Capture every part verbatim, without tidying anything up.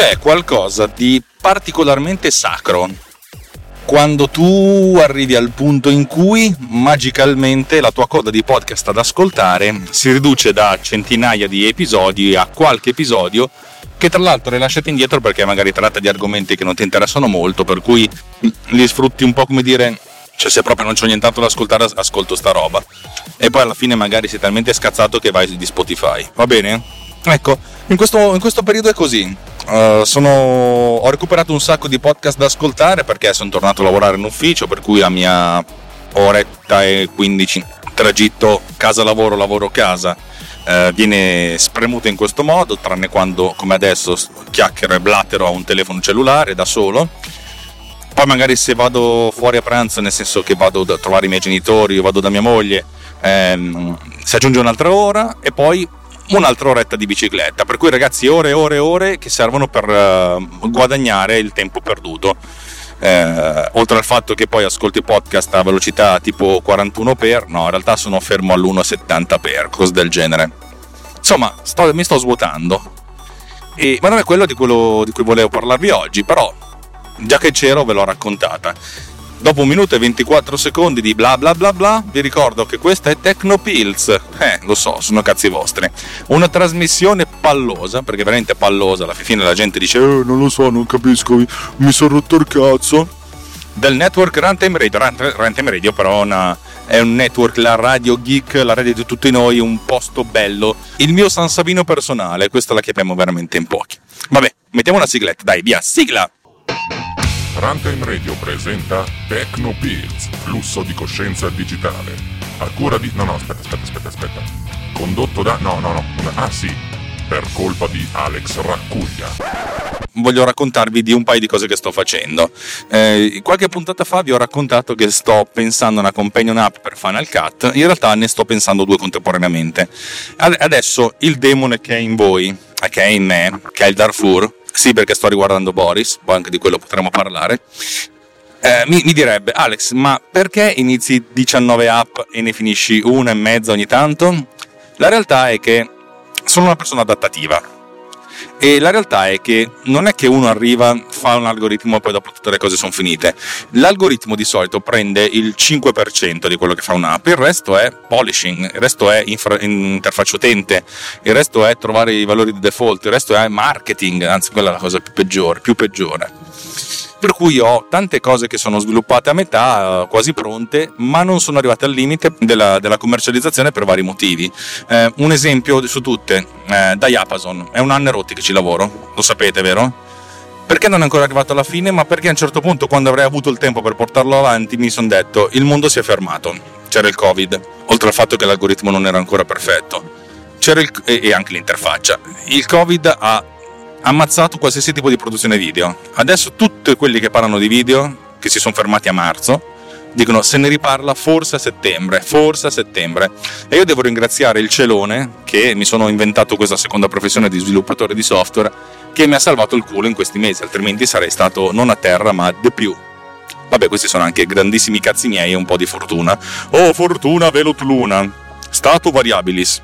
c'è qualcosa di particolarmente sacro quando tu arrivi al punto in cui magicamente la tua coda di podcast ad ascoltare si riduce da centinaia di episodi a qualche episodio che tra l'altro hai lasciato indietro perché magari tratta di argomenti che non ti interessano molto, per cui li sfrutti un po' come dire, cioè se proprio non c'ho nient'altro da ascoltare ascolto sta roba, e poi alla fine magari sei talmente scazzato che vai di Spotify, va bene? Ecco, in questo, in questo periodo è così. Uh, sono, ho recuperato un sacco di podcast da ascoltare perché sono tornato a lavorare in ufficio, per cui la mia oretta e quindici tragitto casa lavoro lavoro casa uh, viene spremuta in questo modo, tranne quando come adesso chiacchiero e blattero a un telefono cellulare da solo. Poi magari se vado fuori a pranzo, nel senso che vado a trovare i miei genitori o vado da mia moglie, ehm, si aggiunge un'altra ora e poi un'altra oretta di bicicletta, per cui ragazzi ore e ore e ore che servono per uh, guadagnare il tempo perduto, eh, oltre al fatto che poi ascolti podcast a velocità tipo quarantuno per, no, in realtà sono fermo all'uno virgola settanta per, cose del genere. Insomma, sto, mi sto svuotando, e, ma non è quello di, quello di cui volevo parlarvi oggi, però già che c'ero ve l'ho raccontata. Dopo un minuto e ventiquattro secondi di bla bla bla bla, vi ricordo che questa è Tecnopills. Eh, lo so, sono cazzi vostri. Una trasmissione pallosa, perché veramente pallosa, alla fine la gente dice eh, non lo so, non capisco, mi sono rotto il cazzo. Del network Runtime Radio. Runtime Radio però è, una, è un network, la radio geek, la radio di tutti noi, un posto bello. Il mio San Savino personale, questa la chiamiamo veramente in pochi. Vabbè, mettiamo una sigletta, dai, via, sigla! Runtime Radio presenta Tecnopills, flusso di coscienza digitale. A cura di... No, no, aspetta, aspetta, aspetta, aspetta. Condotto da... No, no, no. Ah, sì. Per colpa di Alex Raccuglia. Voglio raccontarvi di un paio di cose che sto facendo. Eh, qualche puntata fa vi ho raccontato che sto pensando a una companion app per Final Cut. In realtà ne sto pensando due contemporaneamente. Adesso il demone che è in voi, che è in me, che è il Darfur, sì, perché sto riguardando Boris, poi anche di quello potremo parlare, eh, mi, mi direbbe Alex, ma perché inizi diciannove app e ne finisci una e mezza ogni tanto? La realtà è che sono una persona adattativa, e la realtà è che non è che uno arriva, fa un algoritmo e poi dopo tutte le cose sono finite. L'algoritmo di solito prende il cinque per cento di quello che fa un'app, il resto è polishing, il resto è infra- interfaccia utente, il resto è trovare i valori di default, il resto è marketing, anzi quella è la cosa più peggiore, più peggiore. Per cui ho tante cose che sono sviluppate a metà, quasi pronte, ma non sono arrivate al limite della, della commercializzazione per vari motivi. Eh, un esempio su tutte, eh, Diapason, è un anno e rotti che ci lavoro, lo sapete, vero? Perché non è ancora arrivato alla fine? Ma perché a un certo punto, quando avrei avuto il tempo per portarlo avanti, mi sono detto, il mondo si è fermato, c'era il Covid, oltre al fatto che l'algoritmo non era ancora perfetto, c'era il, e, e anche l'interfaccia. Il Covid ha ammazzato qualsiasi tipo di produzione video. Adesso tutti quelli che parlano di video, che si sono fermati a marzo, dicono se ne riparla forse a settembre, forse a settembre. E io devo ringraziare il celone, che mi sono inventato questa seconda professione di sviluppatore di software, che mi ha salvato il culo in questi mesi, altrimenti sarei stato non a terra ma di più. Vabbè, questi sono anche grandissimi cazzi miei e un po' di fortuna. Oh, fortuna velut luna, stato variabilis.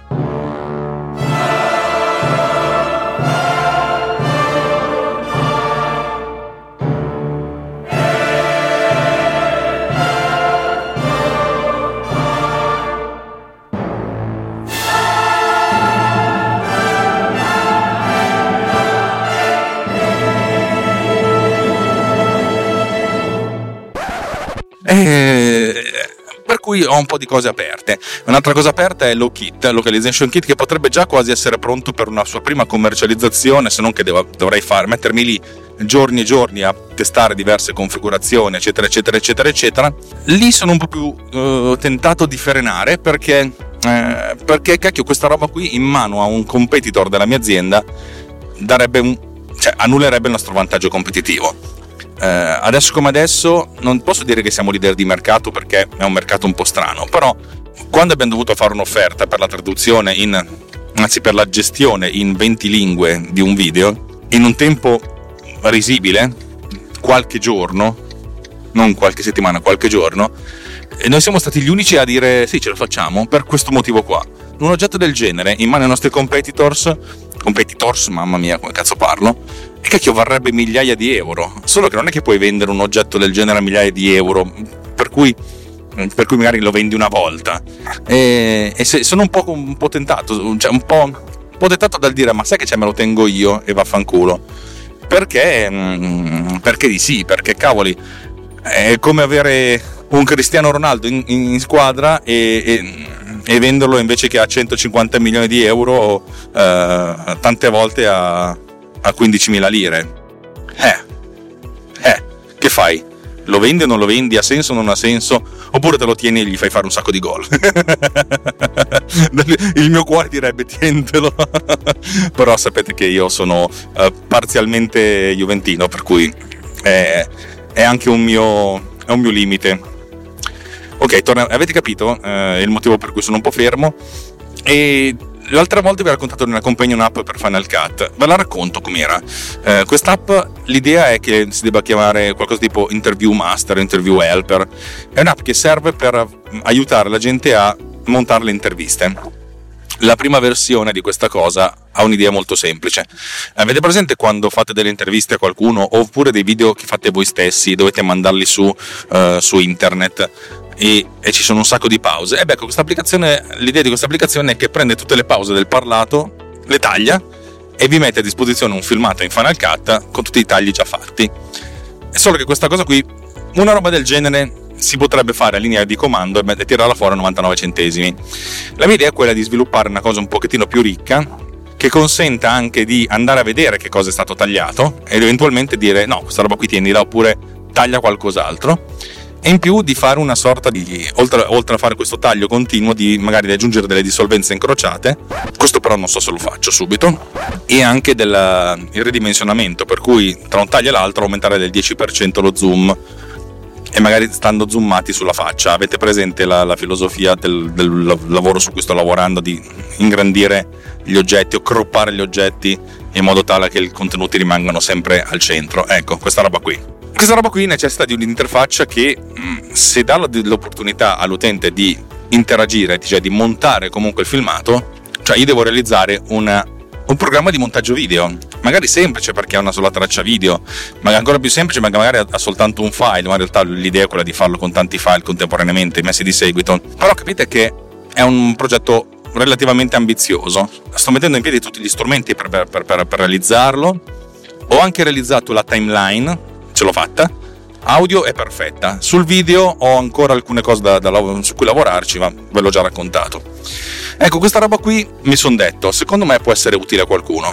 Eh, per cui ho un po' di cose aperte. Un'altra cosa aperta è Lokit, Localization Kit, che potrebbe già quasi essere pronto per una sua prima commercializzazione, se non che devo, dovrei fare, mettermi lì giorni e giorni a testare diverse configurazioni, eccetera, eccetera, eccetera, eccetera. Lì sono un po' più uh, tentato di frenare perché, eh, perché cacchio, questa roba qui in mano a un competitor della mia azienda darebbe un, cioè annullerebbe il nostro vantaggio competitivo. Eh, adesso come adesso non posso dire che siamo leader di mercato perché è un mercato un po' strano, però quando abbiamo dovuto fare un'offerta per la traduzione in, anzi per la gestione in venti lingue di un video in un tempo risibile, qualche giorno, non qualche settimana, qualche giorno, e noi siamo stati gli unici a dire sì, ce lo facciamo per questo motivo qua. Un oggetto del genere in mano ai nostri competitors competitors, mamma mia come cazzo parlo, e cacchio varrebbe migliaia di euro, solo che non è che puoi vendere un oggetto del genere a migliaia di euro, per cui per cui magari lo vendi una volta, e, e se, sono un po', un po' tentato, cioè un po', un po' tentato dal dire ma sai che c'è, me lo tengo io e vaffanculo, perché perché di sì, perché cavoli è come avere un Cristiano Ronaldo in, in squadra e, e, e venderlo invece che a centocinquanta milioni di euro eh, tante volte a, a quindicimila lire. Eh, eh, che fai? Lo vendi o non lo vendi? Ha senso o non ha senso? Oppure te lo tieni e gli fai fare un sacco di gol? Il mio cuore direbbe tientelo. Però sapete che io sono uh, parzialmente juventino, per cui è, è anche un mio, è un mio limite. Ok, torna, avete capito uh, il motivo per cui sono un po' fermo? E l'altra volta vi ho raccontato di una companion app per Final Cut, ve la racconto com'era. Eh, quest'app, l'idea è che si debba chiamare qualcosa tipo Interview Master, Interview Helper. È un'app che serve per aiutare la gente a montare le interviste. La prima versione di questa cosa ha un'idea molto semplice. Avete presente quando fate delle interviste a qualcuno, oppure dei video che fate voi stessi, dovete mandarli su, uh, su internet, E, e ci sono un sacco di pause? E beh, questa applicazione, l'idea di questa applicazione è che prende tutte le pause del parlato, le taglia e vi mette a disposizione un filmato in Final Cut con tutti i tagli già fatti. È solo che questa cosa qui, una roba del genere si potrebbe fare a linea di comando e tirarla fuori a novantanove centesimi. La mia idea è quella di sviluppare una cosa un pochettino più ricca, che consenta anche di andare a vedere che cosa è stato tagliato ed eventualmente dire no, questa roba qui tienila, oppure taglia qualcos'altro. E in più di fare una sorta di, oltre, oltre a fare questo taglio continuo, di magari di aggiungere delle dissolvenze incrociate, questo però non so se lo faccio subito, e anche del il ridimensionamento, per cui tra un taglio e l'altro aumentare del dieci per cento lo zoom, e magari stando zoomati sulla faccia. Avete presente la, la filosofia del, del lavoro su cui sto lavorando, di ingrandire gli oggetti o croppare gli oggetti in modo tale che i contenuti rimangano sempre al centro? Ecco, questa roba qui. Questa roba qui necessita di un'interfaccia che, se dà l'opportunità all'utente di interagire, cioè di montare comunque il filmato, cioè io devo realizzare una, un programma di montaggio video, magari semplice perché ha una sola traccia video, ma ancora più semplice perché magari ha soltanto un file, ma in realtà l'idea è quella di farlo con tanti file contemporaneamente messi di seguito. Però capite che è un progetto relativamente ambizioso. Sto mettendo in piedi tutti gli strumenti per, per, per, per realizzarlo. Ho anche realizzato la timeline, ce l'ho fatta, audio è perfetta, sul video ho ancora alcune cose da, da, su cui lavorarci, ma ve l'ho già raccontato. Ecco, questa roba qui mi son detto, secondo me può essere utile a qualcuno,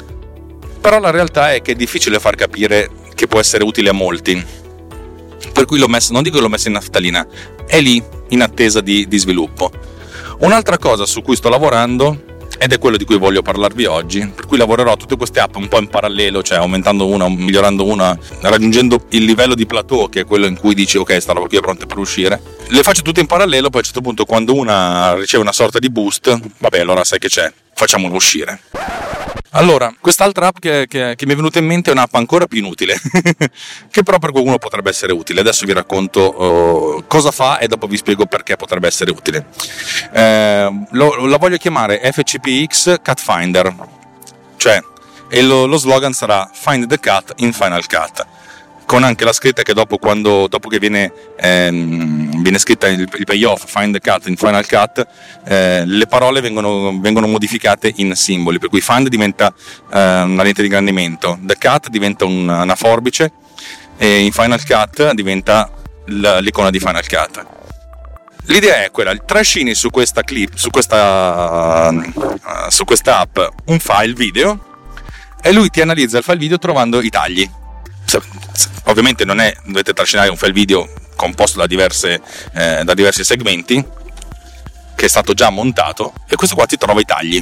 però la realtà è che è difficile far capire che può essere utile a molti, per cui l'ho messo, non dico che l'ho messo in naftalina, è lì in attesa di, di sviluppo. Un'altra cosa su cui sto lavorando, ed è quello di cui voglio parlarvi oggi, per cui lavorerò a tutte queste app un po' in parallelo, cioè aumentando una, migliorando una, raggiungendo il livello di plateau, che è quello in cui dici ok, sta roba qui è pronta per uscire, le faccio tutte in parallelo, poi a un certo punto quando una riceve una sorta di boost, vabbè, allora sai che c'è, facciamolo uscire. Allora, quest'altra app che, che, che mi è venuta in mente è un'app ancora più inutile, che però per qualcuno potrebbe essere utile. Adesso vi racconto uh, cosa fa e dopo vi spiego perché potrebbe essere utile. Eh, lo, la voglio chiamare F C P X Cut Finder, cioè, e lo, lo slogan sarà Find the Cut in Final Cut, con anche la scritta che dopo, quando, dopo che viene, ehm, viene scritta il, il payoff Find the Cut in Final Cut, eh, le parole vengono, vengono modificate in simboli, per cui find diventa eh, una lente di ingrandimento, the cut diventa un, una forbice, e in Final Cut diventa l'icona di Final Cut. L'idea è quella, trascini su questa clip, su questa, uh, su questa app un file video e lui ti analizza il file video trovando i tagli. Ovviamente non è, dovete trascinare un file video composto da, diverse, eh, da diversi segmenti, che è stato già montato, e questo qua ti trova i tagli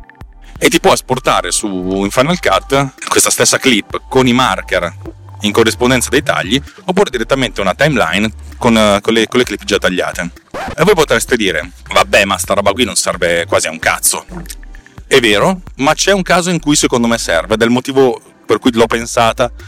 e ti può esportare su in Final Cut questa stessa clip con i marker in corrispondenza dei tagli, oppure direttamente una timeline con, con, le, con le clip già tagliate. E voi potreste dire vabbè, ma sta roba qui non serve quasi a un cazzo. È vero, ma c'è un caso in cui secondo me serve, ed è il motivo per cui l'ho pensata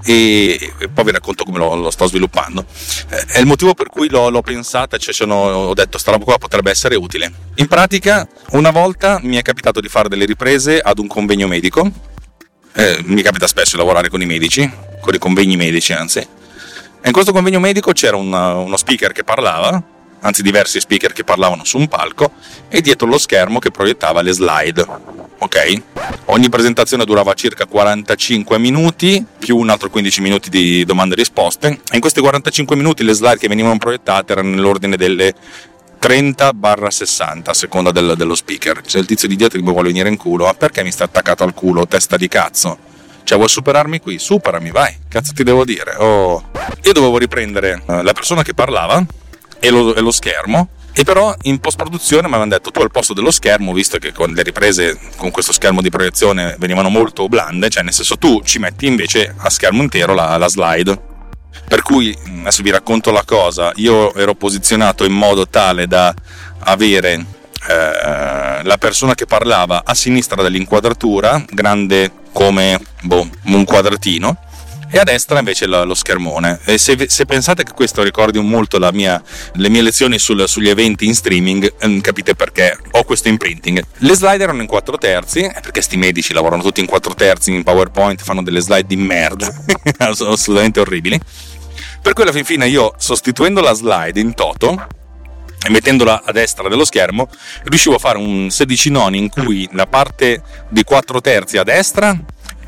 e, e poi vi racconto come lo, lo sto sviluppando. Eh, è il motivo per cui l'ho, l'ho pensata, cioè sono, ho detto sta roba qua potrebbe essere utile. In pratica, una volta mi è capitato di fare delle riprese ad un convegno medico. Eh, mi capita spesso di lavorare con i medici, con i convegni medici anzi, e in questo convegno medico c'era una, uno speaker che parlava, anzi diversi speaker che parlavano su un palco, e dietro lo schermo che proiettava le slide, ok? Ogni presentazione durava circa quarantacinque minuti, più un altro quindici minuti di domande e risposte, e in questi quarantacinque minuti le slide che venivano proiettate erano nell'ordine delle trenta sessanta a seconda del, dello speaker. C'è il tizio di dietro che mi vuole venire in culo. Ma perché mi sta attaccato al culo, testa di cazzo? Cioè, vuoi superarmi qui? Superami, vai, cazzo ti devo dire. Oh. Io dovevo riprendere la persona che parlava e lo, e lo schermo, e però in post-produzione mi avevano detto tu al posto dello schermo, visto che con le riprese con questo schermo di proiezione venivano molto blande, cioè nel senso tu ci metti invece a schermo intero la, la slide. Per cui, adesso vi racconto la cosa, io ero posizionato in modo tale da avere eh, la persona che parlava a sinistra dell'inquadratura, grande come boh, un quadratino, e a destra invece lo, lo schermone. E se, se pensate che questo ricordi molto la mia, le mie lezioni sul, sugli eventi in streaming, eh, capite perché ho questo imprinting. Le slide erano in quattro terzi, perché sti medici lavorano tutti in quattro terzi in PowerPoint, fanno delle slide di merda, assolutamente orribili. Per cui alla fin fine io, sostituendo la slide in toto e mettendola a destra dello schermo, riuscivo a fare un sedici noni in cui la parte di quattro terzi a destra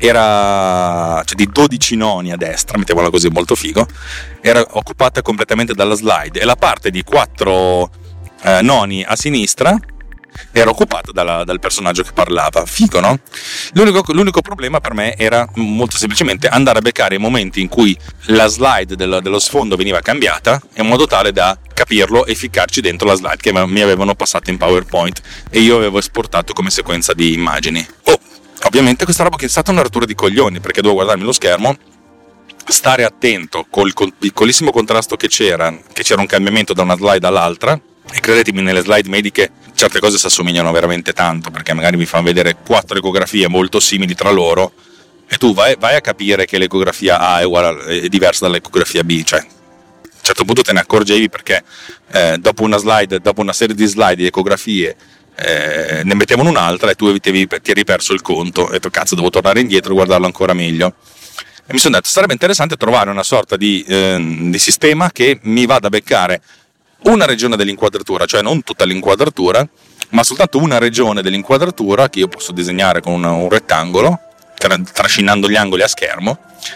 era, cioè di dodici noni a destra, mettiamola così, molto figo, era occupata completamente dalla slide, e la parte di quattro eh, noni a sinistra era occupata dalla, dal personaggio che parlava. Figo, no? L'unico, l'unico problema per me era molto semplicemente andare a beccare i momenti in cui la slide del, dello sfondo veniva cambiata, in modo tale da capirlo e ficcarci dentro la slide che mi avevano passato in PowerPoint e io avevo esportato come sequenza di immagini. Oh, ovviamente questa roba che è stata una rottura di coglioni, perché dovevo guardarmi lo schermo, stare attento col piccolissimo contrasto che c'era, che c'era un cambiamento da una slide all'altra. E credetemi, nelle slide mediche certe cose si assomigliano veramente tanto, perché magari mi fanno vedere quattro ecografie molto simili tra loro e tu vai, vai a capire che l'ecografia A è, uguale, è diversa dall'ecografia B, cioè a un certo punto te ne accorgevi perché eh, dopo una slide, dopo una serie di slide di ecografie eh, ne mettevano un'altra e tu ti, ti eri perso il conto e ho detto cazzo, devo tornare indietro e guardarlo ancora meglio. E mi sono detto sarebbe interessante trovare una sorta di, eh, di sistema che mi vada a beccare una regione dell'inquadratura, cioè non tutta l'inquadratura, ma soltanto una regione dell'inquadratura che io posso disegnare con un, un rettangolo, tra, trascinando gli angoli a schermo,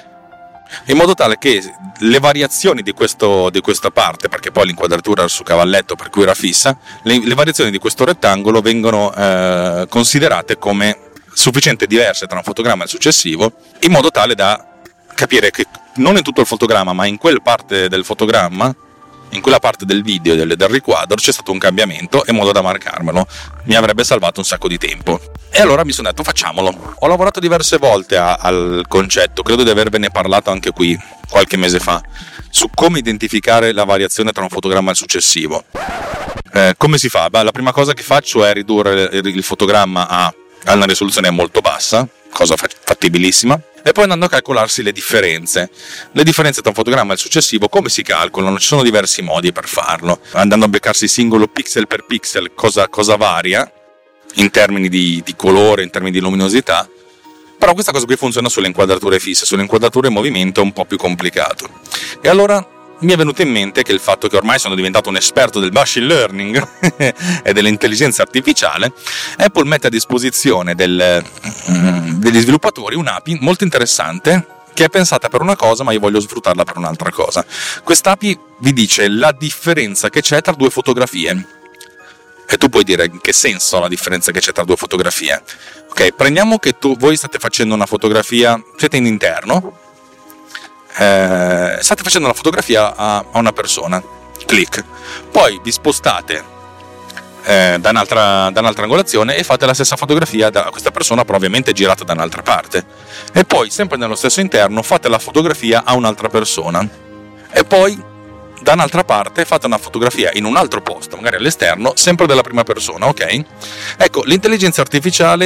in modo tale che le variazioni di, questo, di questa parte, perché poi l'inquadratura era su cavalletto per cui era fissa, le, le variazioni di questo rettangolo vengono eh, considerate come sufficiente diverse tra un fotogramma e il successivo, in modo tale da capire che non in tutto il fotogramma, ma in quella parte del fotogramma, in quella parte del video del, del riquadro c'è stato un cambiamento, in modo da marcarmelo. Mi avrebbe salvato un sacco di tempo. E allora mi sono detto facciamolo. Ho lavorato diverse volte a, al concetto, credo di avervene parlato anche qui qualche mese fa, su come identificare la variazione tra un fotogramma e il successivo. Eh, come si fa? Beh, la prima cosa che faccio è ridurre il, il fotogramma a, a una risoluzione molto bassa, cosa fattibilissima, e poi andando a calcolarsi le differenze. Le differenze tra un fotogramma e il successivo come si calcolano? Ci sono diversi modi per farlo, andando a beccarsi singolo pixel per pixel cosa, cosa varia in termini di, di colore, in termini di luminosità, però questa cosa qui funziona sulle inquadrature fisse, sulle inquadrature in movimento è un po' più complicato. E allora mi è venuto in mente che il fatto che ormai sono diventato un esperto del machine learning e dell'intelligenza artificiale, Apple mette a disposizione del, degli sviluppatori un'A P I molto interessante che è pensata per una cosa ma io voglio sfruttarla per un'altra cosa. Quest'A P I vi dice la differenza che c'è tra due fotografie e tu puoi dire in che senso la differenza che c'è tra due fotografie. Ok, prendiamo che tu, voi state facendo una fotografia, siete in interno, Eh, state facendo una fotografia a, a una persona, clic, poi vi spostate eh, da, un'altra, da un'altra angolazione e fate la stessa fotografia da questa persona, però ovviamente girata da un'altra parte, e poi sempre nello stesso interno fate la fotografia a un'altra persona e poi da un'altra parte fate una fotografia in un altro posto, magari all'esterno, sempre della prima persona, ok? Ecco, l'intelligenza artificiale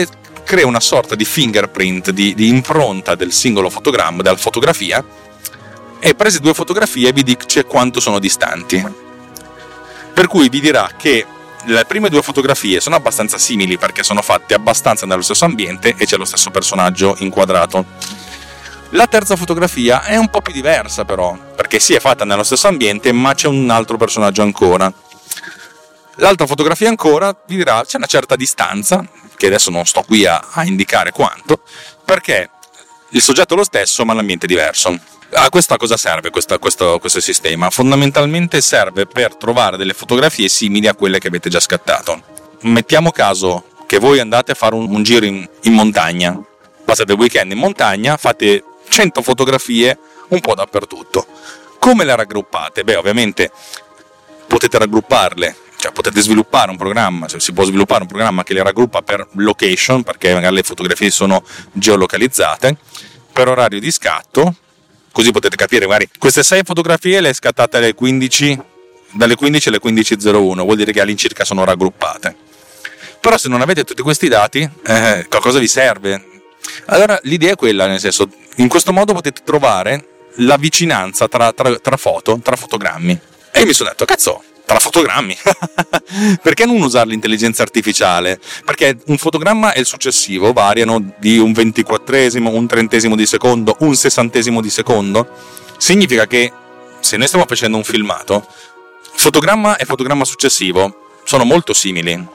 crea una sorta di fingerprint, di, di impronta del singolo fotogramma, della fotografia, e prese due fotografie vi dice quanto sono distanti. Per cui vi dirà che le prime due fotografie sono abbastanza simili perché sono fatte abbastanza nello stesso ambiente e c'è lo stesso personaggio inquadrato. La terza fotografia è un po' più diversa però, perché sì, è fatta nello stesso ambiente, ma c'è un altro personaggio ancora. L'altra fotografia ancora vi dirà c'è una certa distanza, che adesso non sto qui a, a indicare quanto, perché il soggetto è lo stesso ma l'ambiente è diverso. A questa cosa serve questo, questo, questo sistema? Fondamentalmente serve per trovare delle fotografie simili a quelle che avete già scattato. Mettiamo caso che voi andate a fare un, un giro in, in montagna, passate il weekend in montagna, fate cento fotografie un po' dappertutto. Come le raggruppate? Beh, ovviamente potete raggrupparle, cioè potete sviluppare un programma, cioè si può sviluppare un programma che le raggruppa per location, perché magari le fotografie sono geolocalizzate, per orario di scatto, così potete capire magari queste sei fotografie le scattate alle quindici, dalle quindici alle quindici e zero uno, vuol dire che all'incirca sono raggruppate. Però se non avete tutti questi dati, eh, qualcosa vi serve. Allora l'idea è quella, nel senso, in questo modo potete trovare la vicinanza tra, tra, tra foto, tra fotogrammi. E io mi sono detto, cazzo, tra fotogrammi, perché non usare l'intelligenza artificiale? Perché un fotogramma e il successivo variano di un ventiquattresimo, un trentesimo di secondo, un sessantesimo di secondo. Significa che se noi stiamo facendo un filmato, fotogramma e fotogramma successivo sono molto simili.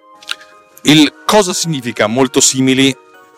Il cosa significa molto simili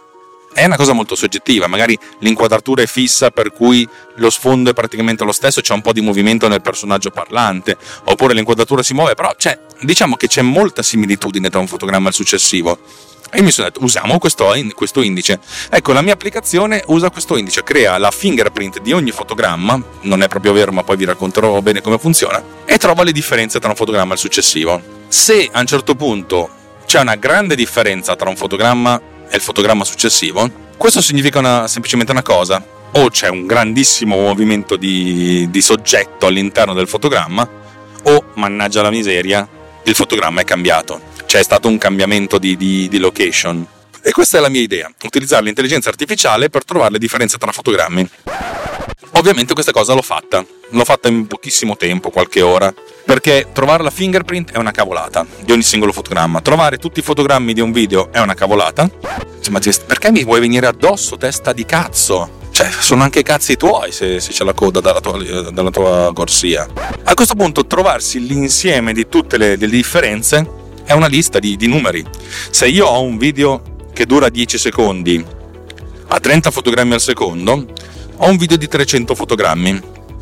è una cosa molto soggettiva, magari l'inquadratura è fissa per cui lo sfondo è praticamente lo stesso, c'è un po' di movimento nel personaggio parlante, oppure l'inquadratura si muove, però c'è, diciamo che c'è molta similitudine tra un fotogramma e il successivo. E mi sono detto, usiamo questo, questo indice. Ecco, la mia applicazione usa questo indice, crea la fingerprint di ogni fotogramma, non è proprio vero ma poi vi racconterò bene come funziona, e trova le differenze tra un fotogramma e il successivo. Se a un certo punto c'è una grande differenza tra un fotogramma e il fotogramma successivo, questo significa una, semplicemente una cosa: o c'è un grandissimo movimento di, di soggetto all'interno del fotogramma, o, mannaggia la miseria, il fotogramma è cambiato, c'è stato un cambiamento di, di, di location. E questa è la mia idea, utilizzare l'intelligenza artificiale per trovare le differenze tra fotogrammi. Ovviamente questa cosa l'ho fatta, l'ho fatta in pochissimo tempo, qualche ora, perché trovare la fingerprint è una cavolata di ogni singolo fotogramma, trovare tutti i fotogrammi di un video è una cavolata. Ma perché mi vuoi venire addosso, testa di cazzo? Cioè, sono anche cazzi tuoi se, se c'è la coda dalla tua, dalla tua corsia. A questo punto trovarsi l'insieme di tutte le, le differenze è una lista di, di numeri. Se io ho un video che dura dieci secondi a trenta fotogrammi al secondo, ho un video di trecento fotogrammi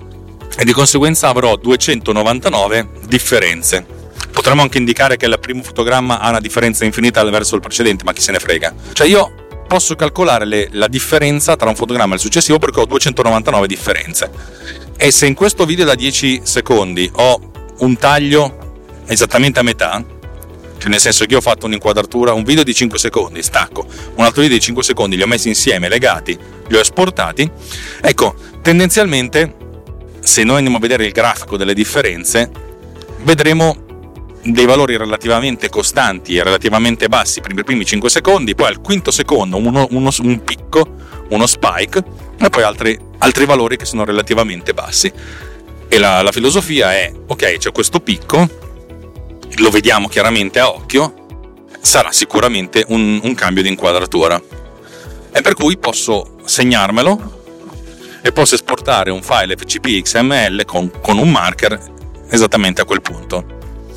e di conseguenza avrò duecentonovantanove differenze. Potremmo anche indicare che il primo fotogramma ha una differenza infinita verso il precedente, ma chi se ne frega. Cioè io posso calcolare le, la differenza tra un fotogramma e il successivo perché ho duecentonovantanove differenze. E se in questo video da dieci secondi ho un taglio esattamente a metà, cioè nel senso che io ho fatto un'inquadratura, un video di cinque secondi, stacco, un altro video di cinque secondi, li ho messi insieme, legati, li ho esportati, ecco, tendenzialmente se noi andiamo a vedere il grafico delle differenze, vedremo dei valori relativamente costanti e relativamente bassi per i primi cinque secondi, poi al quinto secondo uno, uno, un picco, uno spike, e poi altri, altri valori che sono relativamente bassi. E la, la filosofia è, ok, c'è questo picco, lo vediamo chiaramente a occhio, sarà sicuramente un, un cambio di inquadratura, e per cui posso segnarmelo e posso esportare un file F C P X M L con, con un marker esattamente a quel punto.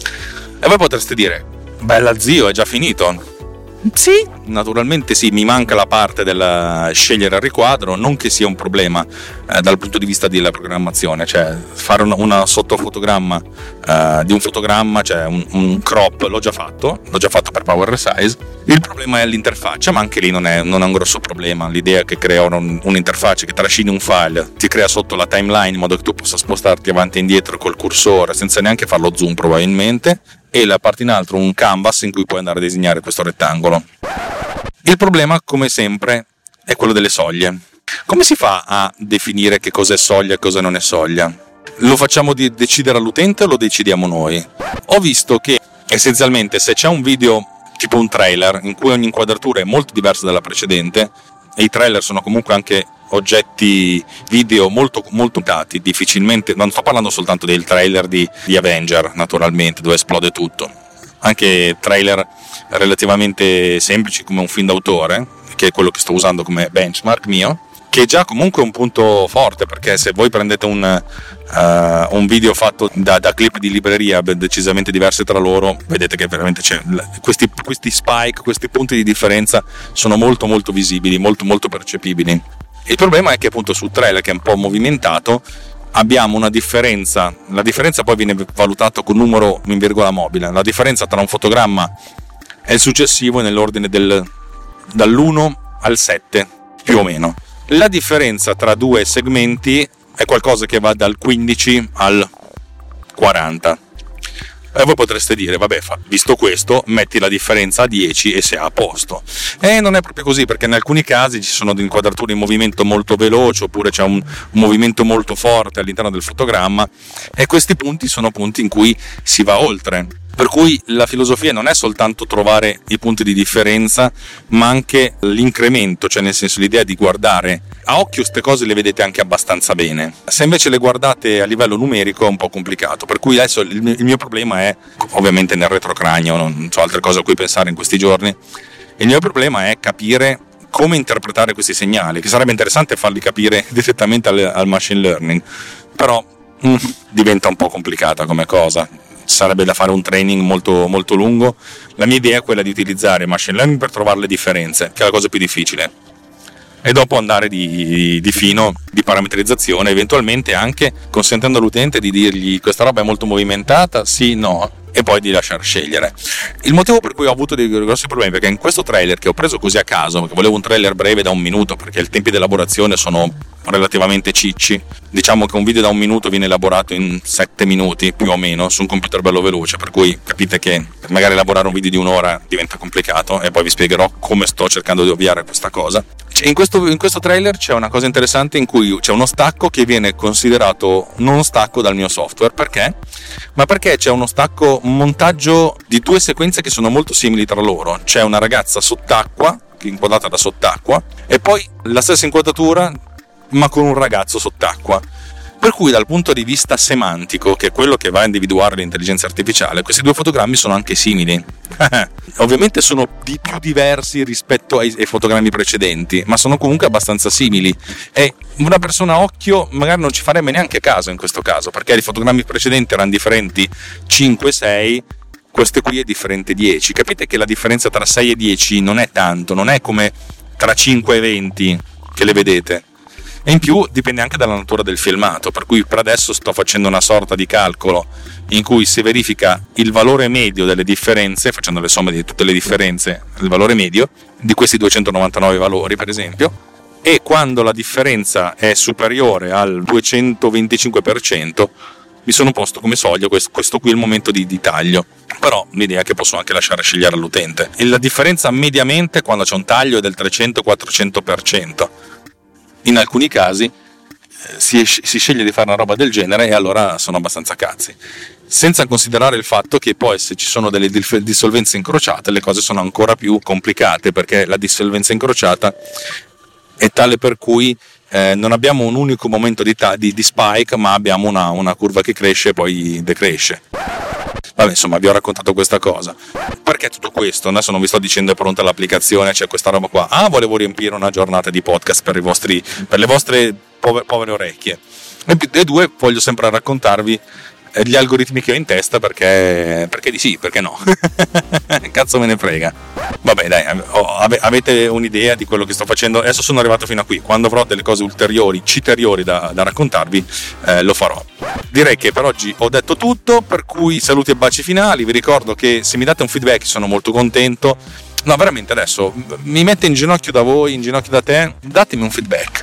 E voi potreste dire, bella zio, è già finito. Sì, naturalmente sì, mi manca la parte del scegliere il riquadro, non che sia un problema eh, dal punto di vista della programmazione, cioè fare una, una sottofotogramma eh, di un fotogramma, cioè un, un crop, l'ho già fatto, l'ho già fatto per Power Resize. Il problema è l'interfaccia, ma anche lì non è, non è un grosso problema. L'idea è che crea un, un'interfaccia che trascini un file, ti crea sotto la timeline in modo che tu possa spostarti avanti e indietro col cursore senza neanche farlo zoom probabilmente, e la parte in alto un canvas in cui puoi andare a disegnare questo rettangolo. Il problema, come sempre, è quello delle soglie. Come si fa a definire che cosa è soglia e cosa non è soglia? Lo facciamo di decidere all'utente o lo decidiamo noi? Ho visto che essenzialmente se c'è un video tipo un trailer in cui ogni inquadratura è molto diversa dalla precedente, e i trailer sono comunque anche oggetti video molto molto dati, difficilmente, non sto parlando soltanto del trailer di, di Avenger, naturalmente, dove esplode tutto, anche trailer relativamente semplici come un film d'autore, che è quello che sto usando come benchmark mio, che è già comunque un punto forte, perché se voi prendete un, uh, un video fatto da, da clip di libreria decisamente diversi tra loro, vedete che veramente c'è questi, questi spike, questi punti di differenza sono molto molto visibili, molto molto percepibili. Il problema è che appunto sul trailer, che è un po' movimentato, abbiamo una differenza, la differenza poi viene valutato con numero in virgola mobile, la differenza tra un fotogramma e il successivo è nell'ordine del dall'uno al sette più o meno. La differenza tra due segmenti è qualcosa che va dal quindici al quaranta. E voi potreste dire, vabbè, visto questo, metti la differenza a dieci e sei a posto. E non è proprio così, perché in alcuni casi ci sono inquadrature in movimento molto veloce, oppure c'è un, un movimento molto forte all'interno del fotogramma, e questi punti sono punti in cui si va oltre. Per cui la filosofia non è soltanto trovare i punti di differenza, ma anche l'incremento, cioè nel senso l'idea di guardare a occhio queste cose le vedete anche abbastanza bene. Se invece le guardate a livello numerico è un po' complicato, per cui adesso il mio, il mio problema è ovviamente nel retrocranio, non so altre cose a cui pensare in questi giorni. Il mio problema è capire come interpretare questi segnali, che sarebbe interessante farli capire direttamente al, al machine learning, però mm, diventa un po' complicata come cosa. Sarebbe da fare un training molto, molto lungo. La mia idea è quella di utilizzare machine learning per trovare le differenze, che è la cosa più difficile, e dopo andare di, di fino di parametrizzazione, eventualmente anche consentendo all'utente di dirgli questa roba è molto movimentata, sì, no, e poi di lasciar scegliere. Il motivo per cui ho avuto dei grossi problemi, perché in questo trailer che ho preso così a caso, perché volevo un trailer breve da un minuto, perché i tempi di elaborazione sono relativamente cicci, diciamo che un video da un minuto viene elaborato in sette minuti più o meno su un computer bello veloce, per cui capite che magari elaborare un video di un'ora diventa complicato, e poi vi spiegherò come sto cercando di ovviare questa cosa. In questo, in questo trailer c'è una cosa interessante in cui c'è uno stacco che viene considerato non stacco dal mio software. Perché? Ma perché c'è uno stacco, un montaggio di due sequenze che sono molto simili tra loro. C'è una ragazza sott'acqua, inquadrata da sott'acqua, e poi la stessa inquadratura ma con un ragazzo sott'acqua. Per cui dal punto di vista semantico, che è quello che va a individuare l'intelligenza artificiale, questi due fotogrammi sono anche simili. Ovviamente sono di più diversi rispetto ai, ai fotogrammi precedenti, ma sono comunque abbastanza simili, e una persona a occhio magari non ci farebbe neanche caso in questo caso, perché i fotogrammi precedenti erano differenti cinque sei, questo qui è differente dieci. Capite che la differenza tra sei e dieci non è tanto, non è come tra cinque e venti che le vedete. E in più dipende anche dalla natura del filmato, per cui per adesso sto facendo una sorta di calcolo in cui si verifica il valore medio delle differenze, facendo le somme di tutte le differenze, il valore medio di questi duecentonovantanove valori per esempio, e quando la differenza è superiore al duecentoventicinque per cento mi sono posto come soglia questo, questo qui è il momento di, di taglio. Però l'idea è che posso anche lasciare scegliere all'utente. E la differenza mediamente quando c'è un taglio è del trecento quattrocento per cento. In alcuni casi eh, si, si sceglie di fare una roba del genere, e allora sono abbastanza cazzi, senza considerare il fatto che poi se ci sono delle dissolvenze incrociate le cose sono ancora più complicate, perché la dissolvenza incrociata è tale per cui eh, non abbiamo un unico momento di, ta- di, di spike, ma abbiamo una, una curva che cresce e poi decresce. Vabbè, insomma, vi ho raccontato questa cosa. Perché tutto questo? Adesso non vi sto dicendo è pronta l'applicazione, c'è questa roba qua. Ah, volevo riempire una giornata di podcast per i vostri, per le vostre povere, povere orecchie. E, e due, voglio sempre raccontarvi gli algoritmi che ho in testa, perché, perché di sì, perché no. Cazzo me ne frega. Vabbè, dai, ave, avete un'idea di quello che sto facendo. Adesso sono arrivato fino a qui. Quando avrò delle cose ulteriori, citeriori da, da raccontarvi, eh, lo farò. Direi che per oggi ho detto tutto, per cui saluti e baci finali. Vi ricordo che se mi date un feedback sono molto contento. No, veramente, adesso mi metto in ginocchio da voi, in ginocchio da te, datemi un feedback.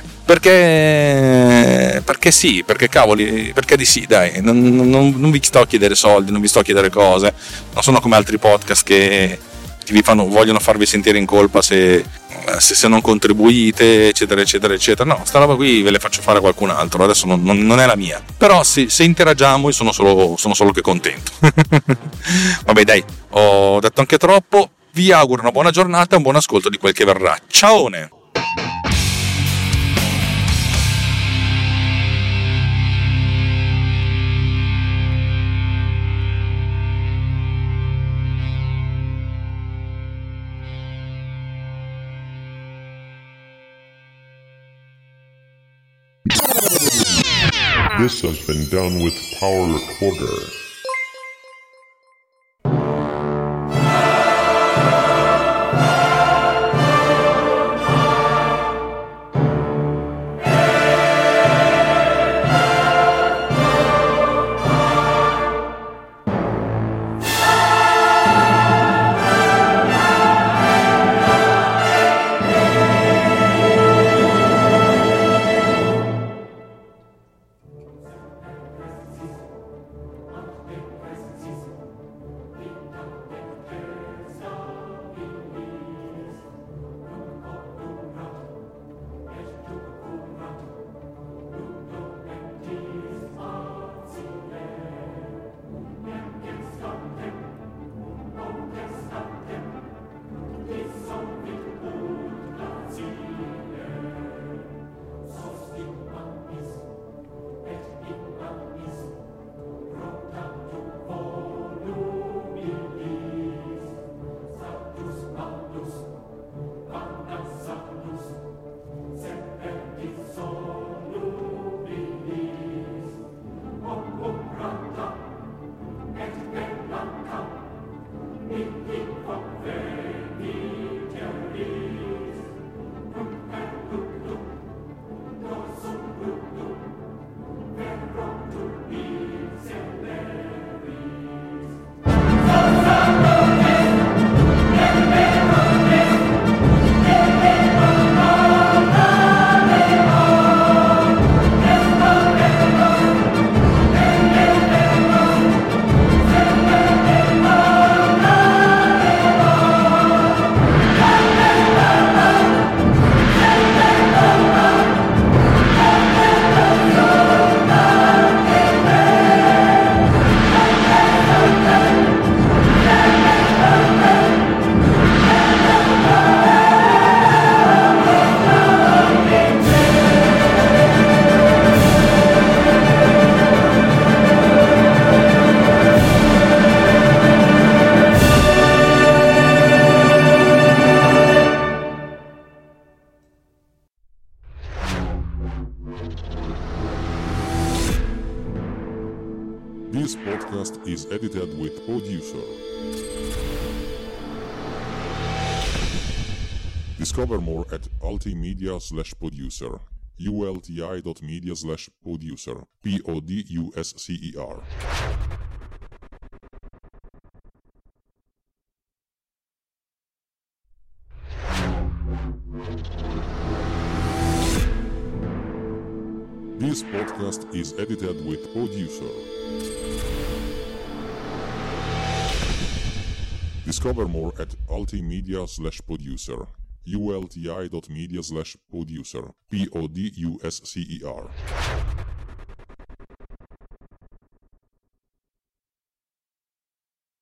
Perché perché sì, perché cavoli, perché di sì, dai, non, non, non vi sto a chiedere soldi, non vi sto a chiedere cose, non sono come altri podcast che, che vi fanno, vogliono farvi sentire in colpa se, se, se non contribuite, eccetera, eccetera, eccetera. No, sta roba qui ve le faccio fare a qualcun altro, adesso non, non, non è la mia. Però se, se interagiamo io sono solo, sono solo che contento. Vabbè, dai, ho detto anche troppo. Vi auguro una buona giornata e un buon ascolto di quel che verrà. Ciaone! This has been done with Power Recorder. This podcast is edited with Producer. Discover more at ultimedia slash producer. ulti.media slash producer. P O D U S C E R. This podcast is edited with Producer. Discover more at ultimedia slash producer. ulti.media slash producer. P O D U S C E R.